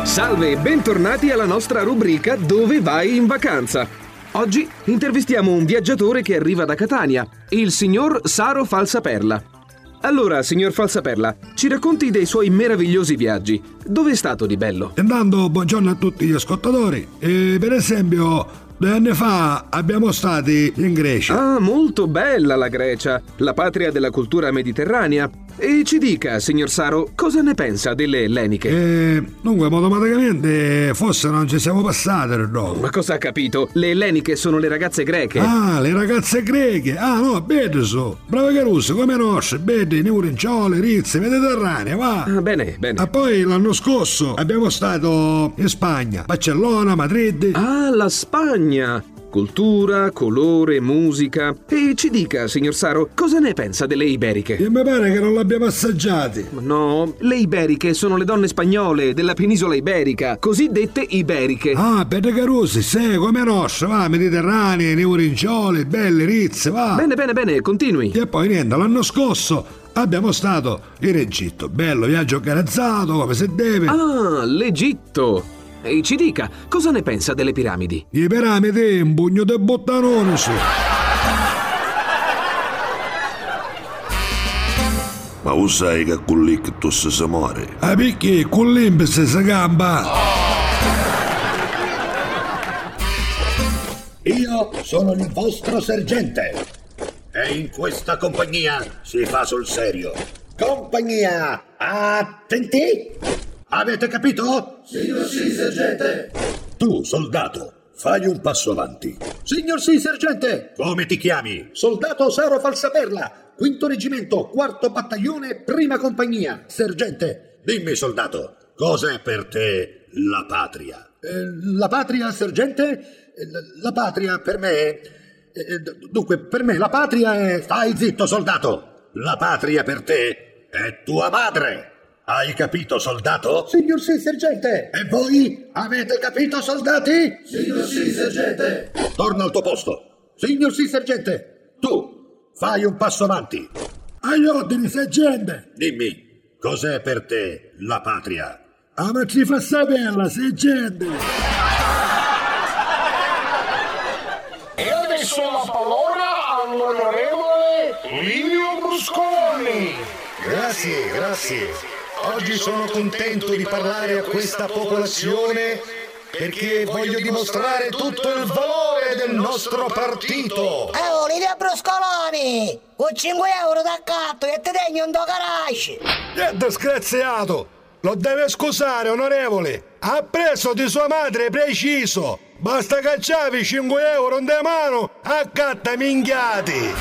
Salve e bentornati alla nostra rubrica Dove vai in vacanza? Oggi intervistiamo un viaggiatore che arriva da Catania, il signor Saro Falsaperla. Allora, signor Falsaperla, ci racconti dei suoi meravigliosi viaggi. Dove è stato di bello? Intanto, buongiorno a tutti gli ascoltatori. Per esempio, 2 anni fa abbiamo stati in Grecia. Ah, molto bella la Grecia, la patria della cultura mediterranea. E ci dica, signor Saro, cosa ne pensa delle elleniche? Dunque, automaticamente, forse non ci siamo passati, no? Ma cosa ha capito? Le elleniche sono le ragazze greche. Ah, le ragazze greche. Ah, no, belle so. Brave Caruso, come nostre, belle, neurinciole, rizze, mediterranee, va. Ah, bene, bene. E poi l'anno scorso abbiamo stato in Spagna, Barcellona, Madrid. Ah, la Spagna! Cultura, colore, musica. E ci dica, signor Saro, cosa ne pensa delle iberiche? E mi pare che non l'abbiamo assaggiati. No, le iberiche sono le donne spagnole della penisola iberica, cosiddette iberiche. Ah, belle Carusi, sì, come nostre, va, mediterranee, neurinciole, belle, rizze, va. Bene, continui. E poi niente, l'anno scorso abbiamo stato in Egitto, bello viaggio organizzato, come se deve. Ah, l'Egitto! E ci dica, cosa ne pensa delle piramidi? Le piramidi, un pugno di bottanone, sì. Ma lo sai che con lì che tu si muore? Ah, perché con l'impe si gamba? Io sono il vostro sergente e in questa compagnia si fa sul serio. Compagnia, attenti! Avete capito? Signor sì, sergente. Tu, soldato, fai un passo avanti. Signor sì, sergente. Come ti chiami? Soldato Saro Falsaperla, 5° reggimento, 4° battaglione, 1ª compagnia. Sergente, dimmi, soldato, cos'è per te la patria? La patria, sergente? La patria per me... dunque, per me la patria è... Stai zitto, soldato! La patria per te è tua madre! Hai capito, soldato? Signor sì, sergente! E voi? Avete capito, soldati? Signor sì, sergente! Torna al tuo posto! Signor sì, sergente! Tu, fai un passo avanti! Agli ordini, sergente! Dimmi, cos'è per te la patria? Ah, ma ci fa sapere, sergente! E adesso la parola all'onorevole Livio Brusconi. Grazie. Oggi sono contento di parlare a questa popolazione perché voglio dimostrare tutto il valore del nostro partito. Livio Bruscoloni, con 5 euro d'accatto e te degno un garage. Disgraziato! Lo deve scusare, onorevole! Ha preso di sua madre preciso! Basta cacciavi 5 euro in mano, accatta minchiati!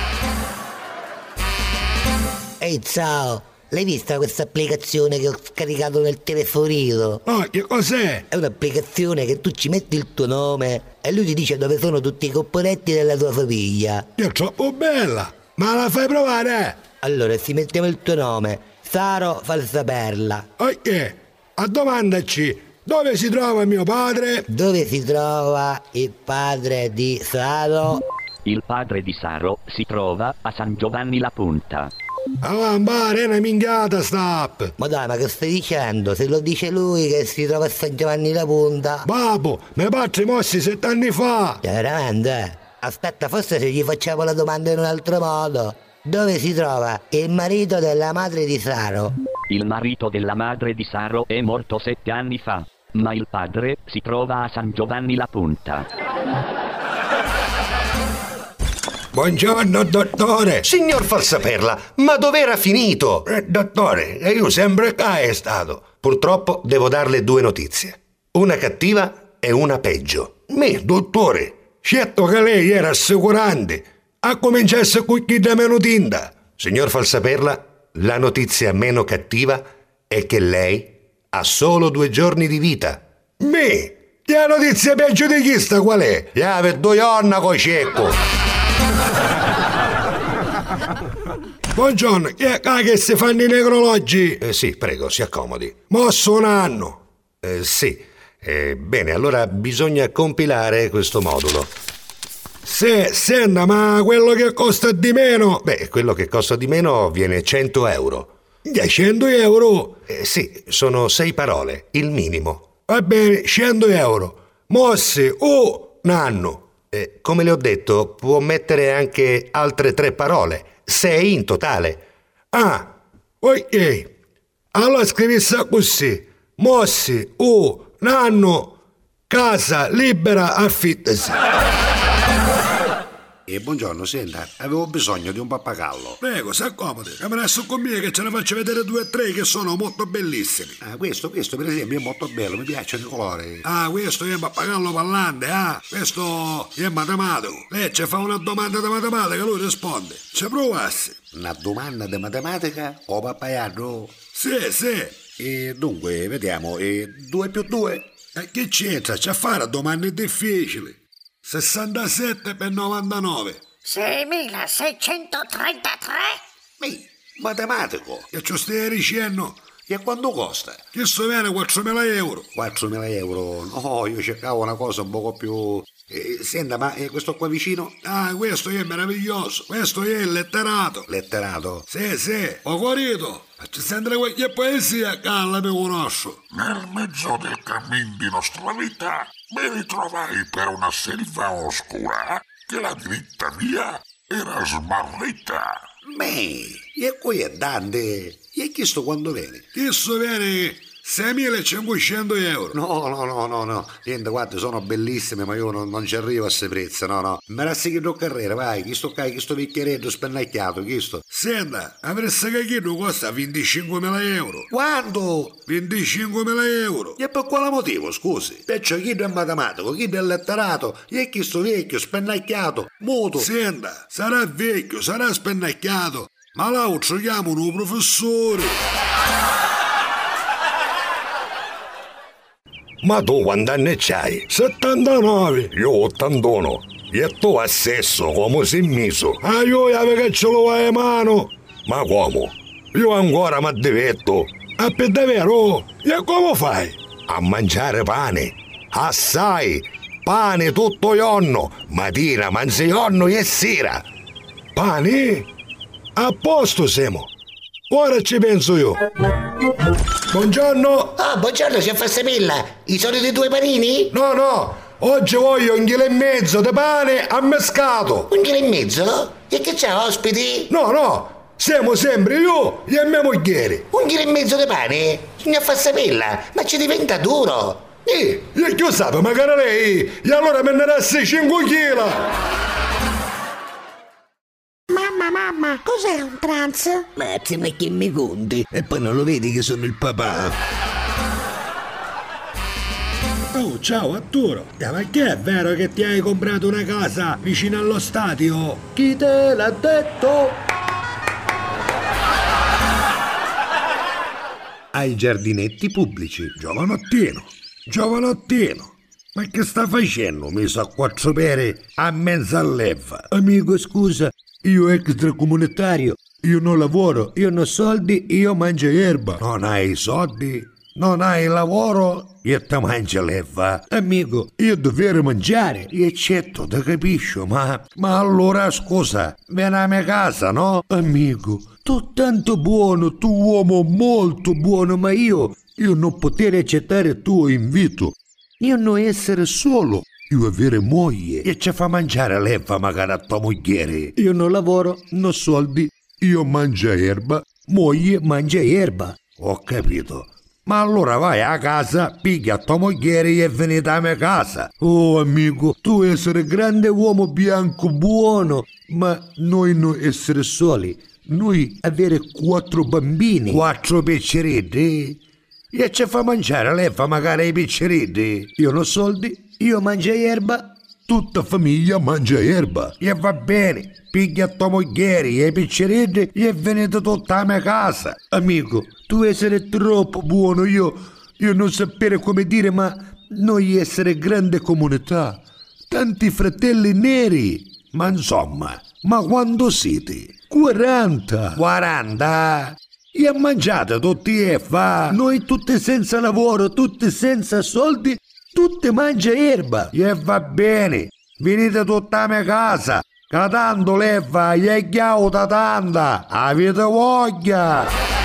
Ehi, ciao! L'hai vista questa applicazione che ho scaricato nel telefonino? Oh, che cos'è? È un'applicazione che tu ci metti il tuo nome e lui ti dice dove sono tutti i componenti della tua famiglia. È troppo bella! Ma la fai provare? Allora, si mettiamo il tuo nome, Saro Falsaperla. Ok, addomandaci, dove si trova mio padre? Dove si trova il padre di Saro? Il padre di Saro si trova a San Giovanni la Punta. È una minchiata sta app. Ma dai, ma che stai dicendo? Se lo dice lui che si trova a San Giovanni la Punta. Babbo, mi padre mossi 7 anni fa. Veramente? Aspetta, forse se gli facciamo la domanda in un altro modo. Dove si trova il marito della madre di Saro? Il marito della madre di Saro è morto 7 anni fa, ma il padre si trova a San Giovanni la Punta. Buongiorno, dottore. Signor Falsaperla, ma dov'era finito? Dottore, io sempre qua è stato. Purtroppo devo darle 2 notizie. Una cattiva e una peggio. Dottore, certo che lei era assicurante. Ha cominciato con chi da meno tinta. Signor Falsaperla, la notizia meno cattiva è che lei ha solo 2 giorni di vita. La notizia peggio di chi sta qual è? Per 2 giorni coi cecco. Buongiorno, che si fanno i necrologi? Sì, prego, si accomodi. Mosso un anno. Sì. Bene, allora bisogna compilare questo modulo. Senta, ma quello che costa di meno? Quello che costa di meno viene 100 euro. 100 euro? Sì, sono 6 parole, il minimo. Va bene, 100 euro. Mosse o nanno. Come le ho detto, può mettere anche altre 3 parole, 6 in totale. Ah, ok. Allora scrivessa così. Mosse o nanno, casa libera, affittasi. Buongiorno, senta, avevo bisogno di un pappagallo. Prego, si accomodi. Camerasso con me che ce ne faccio vedere 2 o 3 che sono molto bellissimi. Questo per esempio è molto bello, mi piacciono i colori. Questo è un pappagallo parlante, Questo è matematico. Lei ci fa una domanda di matematica, lui risponde. Ci provassi. Una domanda di matematica o pappaiato? Sì. E dunque, vediamo, 2 più 2? Che c'entra? C'è a fare domande difficili. 67 per 99. 6633? Matematico. Che ci stai dicendo? E quanto costa? Che so viene 4.000 euro. 4.000 euro? No, io cercavo una cosa un poco più... senta, ma questo qua vicino? Questo è meraviglioso. Questo è il letterato. Letterato? Sì. Ho guarito. Ci sente qualche poesia, Carla, mi conosco. Nel mezzo del cammin di nostra vita mi ritrovai per una selva oscura che la diritta via era smarrita. E qui è Dante. E chiesto quando viene? Questo viene 6.500 euro. No. Niente, guarda, sono bellissime, ma io non ci arrivo a questi prezzi, no. Me la seguito carriera, vai, chi sto vecchieretto spennacchiato, chi sto? Senta, avresti capito costa 25.000 euro. Quanto? 25.000 euro. E per quale motivo, scusi? Perciò chi è matematico, chi è letterato, e chi sto vecchio, spennacchiato, muto. Senta, sarà vecchio, sarà spennacchiato, ma là lo chiamano un professore. Ma tu quanti anni c'hai? 79. Io 81. E tu assesso come sei messo? Io che ce lo vai in mano. Ma come? Io ancora mi diverto. Per davvero? E come fai? A mangiare pane. Assai. Pane tutto giorno. Mattina, mezzogiorno e sera. Pane? A posto siamo. Ora ci penso io. Buongiorno. Buongiorno, signor Falsapella. I soliti 2 panini? No. Oggi voglio 1,5 kg di pane ammescato. 1,5 kg? E che c'è, ospiti? No. Siamo sempre io e mia moglie. 1,5 kg di pane? Signor Falsapella, ma ci diventa duro. E che sape, magari lei. E allora me ne resta 5 kg. Mamma, cos'è un trans? Ma che mi conti? E poi non lo vedi che sono il papà? Oh, ciao Arturo. Ma che è vero che ti hai comprato una casa vicino allo stadio? Chi te l'ha detto? Ai giardinetti pubblici. Giovanottino. Ma che sta facendo? Mi sa 4 pere a mezza leva. Amico, scusa. Io extracomunitario, io non lavoro, io non ho soldi, io mangio erba. Non hai soldi? Non hai lavoro? E te mangi l'erba? Amico, io dovrei mangiare. E certo, ti capisco, ma allora scusa, vieni a mia casa, no? Amico, tu tanto buono, tu uomo molto buono, ma io non poter accettare il tuo invito. Io non essere solo. Io avere moglie. E ci fa mangiare l'erba magari a tua moglie. Io non lavoro, non ho soldi. Io mangio erba, moglie mangia erba. Ho capito. Ma allora vai a casa, piglia tua moglie e venite a mia casa. Oh amico, tu essere grande uomo bianco buono, ma noi non essere soli. Noi avere 4 bambini. 4 picceretti? E ci fa mangiare l'erba magari ai picceretti. Io non ho soldi. Io mangio erba, tutta famiglia mangia erba. E va bene, piglia tua moglie e i picceretti e venite tutta a mia casa. Amico, tu essere troppo buono, io non sapere come dire, ma noi essere grande comunità. Tanti fratelli neri. Ma insomma, ma quando siete? 40. 40? E mangiate tutti e fa? Noi tutti senza lavoro, tutti senza soldi. Tutte mangia erba. E va bene, venite tutta a mia casa, che tanto l'erba gli è chiauta tanta, avete voglia.